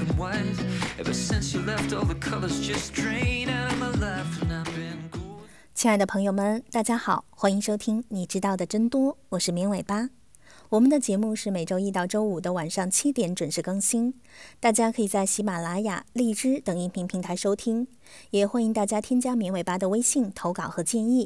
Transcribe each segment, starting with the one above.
and white. Ever since you left, all the colors just drain out of my life, and I've been gold. 亲爱的朋友们，大家好，欢迎收听你知道的真多，我是绵尾巴。我们的节目是每周一到周五的晚上7点准时更新，大家可以在喜马拉雅、荔枝等音频平台收听，也欢迎大家添加绵尾巴的微信投稿和建议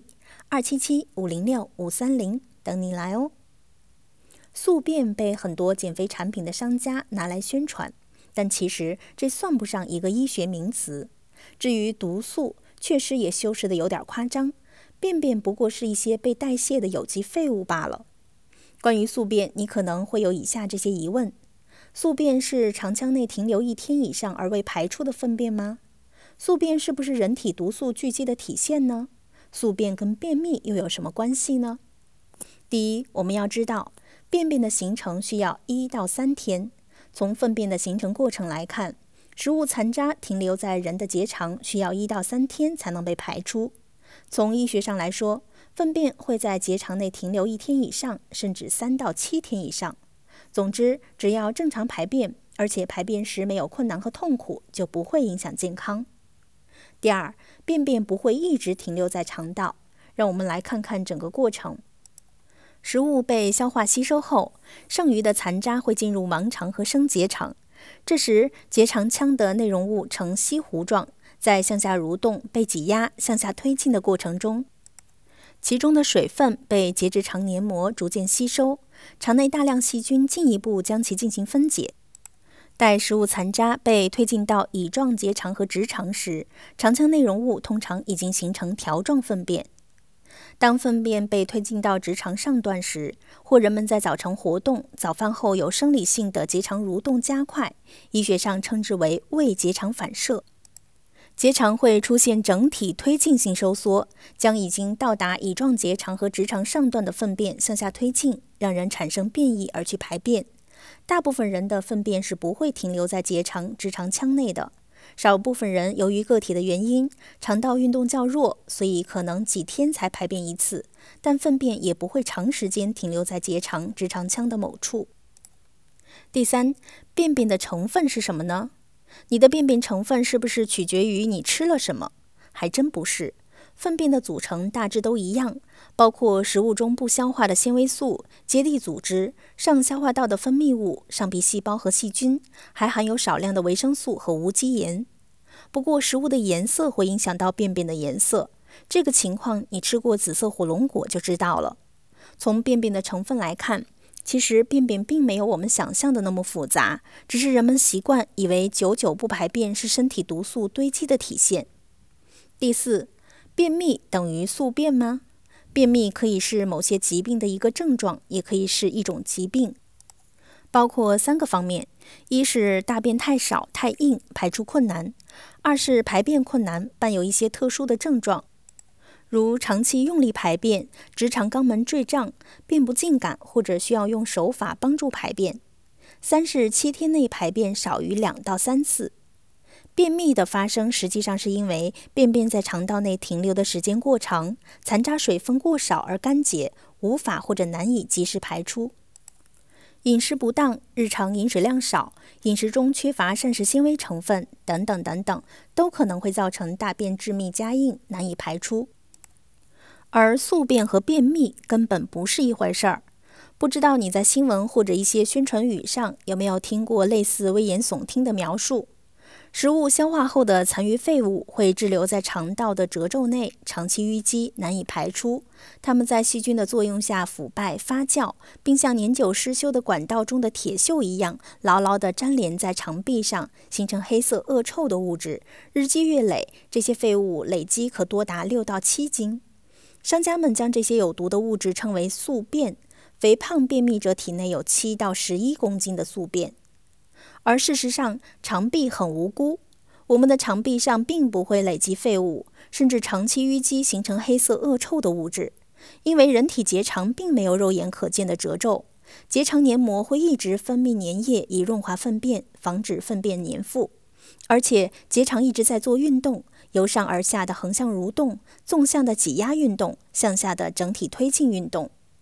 ，277-506-530，等你来哦。宿便被很多减肥产品的商家拿来宣传，但其实这算不上一个医学名词。至于毒素，确实也修饰得有点夸张，便便不过是一些被代谢的有机废物罢了。关于宿便，你可能会有以下这些疑问：宿便是肠腔内停留1天以上而未排出的粪便吗？宿便是不是人体毒素聚集的体现呢？宿便跟便秘又有什么关系呢？第一，我们要知道，便便的形成需要1到3天。从粪便的形成过程来看，食物残渣停留在人的结肠需要1到3天才能被排出。从医学上来说，粪便会在结肠内停留1天以上，甚至3到7天以上。总之，只要正常排便，而且排便时没有困难和痛苦，就不会影响健康。第二，便便不会一直停留在肠道。让我们来看看整个过程。食物被消化吸收后，剩余的残渣会进入盲肠和升结肠，这时结肠腔的内容物呈稀糊状，在向下蠕动、被挤压、向下推进的过程中，其中的水分被结直肠黏膜逐渐吸收，肠内大量细菌进一步将其进行分解。待食物残渣被推进到乙状结肠和直肠时，肠腔内容物通常已经形成条状粪便。当粪便被推进到直肠上段时，或人们在早晨活动、早饭后有生理性的结肠蠕动加快，医学上称之为胃结肠反射。结肠会出现整体推进性收缩，将已经到达乙状结肠和直肠上段的粪便向下推进，让人产生便意而去排便。大部分人的粪便是不会停留在结肠、直肠腔内的。少部分人由于个体的原因，肠道运动较弱，所以可能几天才排便一次，但粪便也不会长时间停留在结肠、直肠腔的某处。第三，便便的成分是什么呢？你的便便成分是不是取决于你吃了什么？还真不是。粪便的组成大致都一样，包括食物中不消化的纤维素、结缔组织、上消化道的分泌物、上皮细胞和细菌，还含有少量的维生素和无机盐。不过，食物的颜色会影响到便便的颜色，这个情况你吃过紫色火龙果就知道了。从便便的成分来看，其实便便并没有我们想象的那么复杂，只是人们习惯以为久久不排便是身体毒素堆积的体现。第四，便秘等于宿便吗？便秘可以是某些疾病的一个症状，也可以是一种疾病，包括3个方面：一是大便太少太硬，排出困难；二是排便困难，伴有一些特殊的症状，如长期用力排便、直肠肛门坠胀、便不尽感，或者需要用手法帮助排便；三是7天内排便少于2到3次。便秘的发生实际上是因为便便在肠道内停留的时间过长，残渣水分过少而干结，无法或者难以及时排出。饮食不当、日常饮水量少、饮食中缺乏膳食纤维成分等等等等，都可能会造成大便致密加硬，难以排出。而宿便和便秘根本不是一回事儿。不知道你在新闻或者一些宣传语上有没有听过类似危言耸听的描述？食物消化后的残余废物会滞留在肠道的褶皱内，长期淤积，难以排出。它们在细菌的作用下腐败发酵，并像年久失修的管道中的铁锈一样，牢牢地粘连在肠壁上，形成黑色恶臭的物质。日积月累，这些废物累积可多达6到7斤。商家们将这些有毒的物质称为宿便，肥胖便秘者体内有7到11公斤的宿便。而事实上，肠壁很无辜，我们的肠壁上并不会累积废物，甚至长期淤积形成黑色恶臭的物质，因为人体结肠并没有肉眼可见的褶皱，结肠黏膜会一直分泌粘液以润滑粪便，防止粪便粘附。而且结肠一直在做运动，由上而下的横向蠕动，纵向的挤压运动，向下的整体推进运动。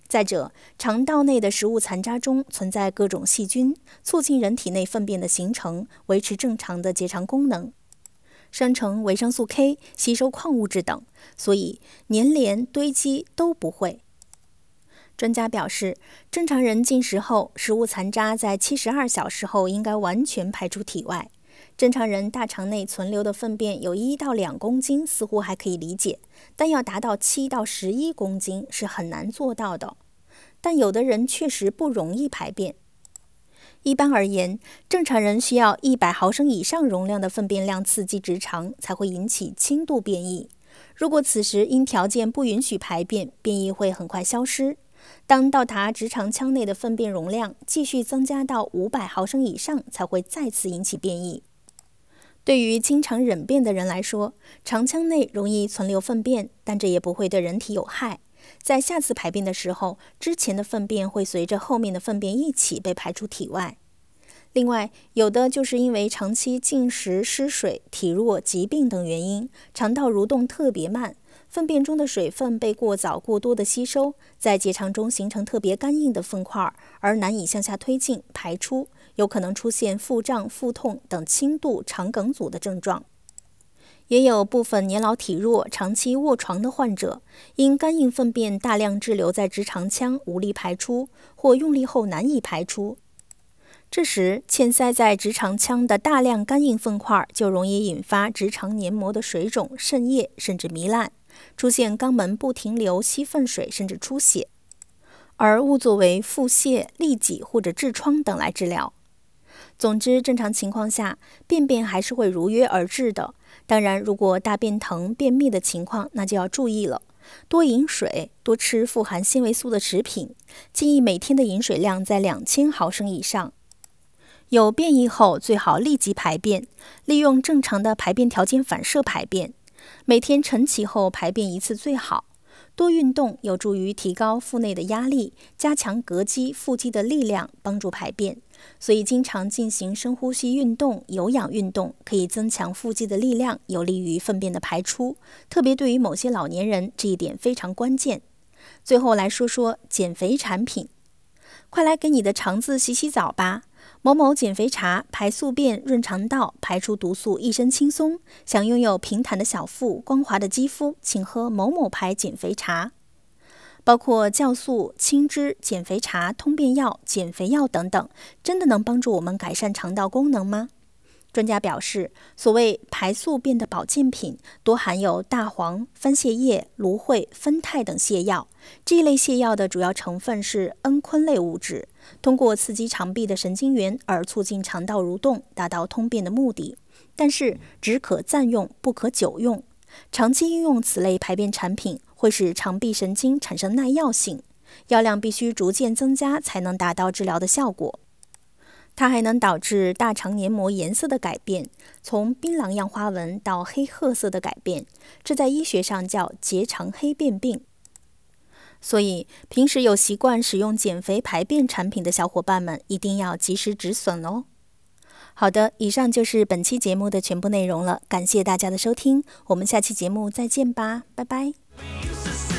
再者，肠道内的食物残渣中存在各种细菌，促进人体内粪便的形成，维持正常的结肠功能，生成维生素 K、吸收矿物质等，所以粘连堆积都不会。专家表示，正常人进食后，食物残渣在72小时后应该完全排出体外。正常人大肠内存留的粪便有1到2公斤，似乎还可以理解，但要达到7到11公斤是很难做到的。但有的人确实不容易排便。一般而言，正常人需要100毫升以上容量的粪便量刺激直肠，才会引起轻度便意。如果此时因条件不允许排便，便意会很快消失。当到达直肠腔内的粪便容量继续增加到500毫升以上，才会再次引起便意。对于经常忍便的人来说，肠腔内容易存留粪便，但这也不会对人体有害。在下次排便的时候，之前的粪便会随着后面的粪便一起被排出体外。另外，有的就是因为长期进食、失水、体弱、疾病等原因，肠道蠕动特别慢，粪便中的水分被过早过多的吸收，在结肠中形成特别干硬的粪块，而难以向下推进排出，有可能出现腹胀、腹痛等轻度肠梗阻的症状。也有部分年老体弱、长期卧床的患者，因干硬粪便大量滞留在直肠腔，无力排出，或用力后难以排出。这时，嵌塞在直肠腔的大量干硬粪块就容易引发直肠黏膜的水肿、渗液，甚至糜烂，出现肛门不停流稀粪水，甚至出血，而误作为腹泻、痢疾或者痔疮等来治疗。总之，正常情况下，便便还是会如约而至的。当然，如果大便疼、便秘的情况，那就要注意了。多饮水，多吃富含纤维素的食品，建议每天的饮水量在2000毫升以上。有便意后，最好立即排便，利用正常的排便条件反射排便。每天晨起后排便1次最好。多运动有助于提高腹内的压力，加强膈肌、腹肌的力量，帮助排便。所以经常进行深呼吸运动、有氧运动，可以增强腹肌的力量，有利于粪便的排出。特别对于某些老年人，这一点非常关键。最后来说说减肥产品，快来给你的肠子洗洗澡吧！某某减肥茶，排宿便、润肠道，排出毒素，一身轻松。想拥有平坦的小腹、光滑的肌肤，请喝某某牌减肥茶。包括酵素、青汁、减肥茶、通便药、减肥药等等，真的能帮助我们改善肠道功能吗？专家表示，所谓排宿便的保健品，多含有大黄、番泻叶、芦荟、酚酞等泻药。这一类泻药的主要成分是蒽醌类物质，通过刺激肠壁的神经元而促进肠道蠕动，达到通便的目的。但是只可暂用，不可久用。长期应用此类排便产品，会使肠壁神经产生耐药性，药量必须逐渐增加，才能达到治疗的效果。它还能导致大肠黏膜颜色的改变，从槟榔样花纹到黑褐色的改变，这在医学上叫结肠黑便病。所以，平时有习惯使用减肥排便产品的小伙伴们，一定要及时止损哦。好的，以上就是本期节目的全部内容了，感谢大家的收听，我们下期节目再见吧，拜拜。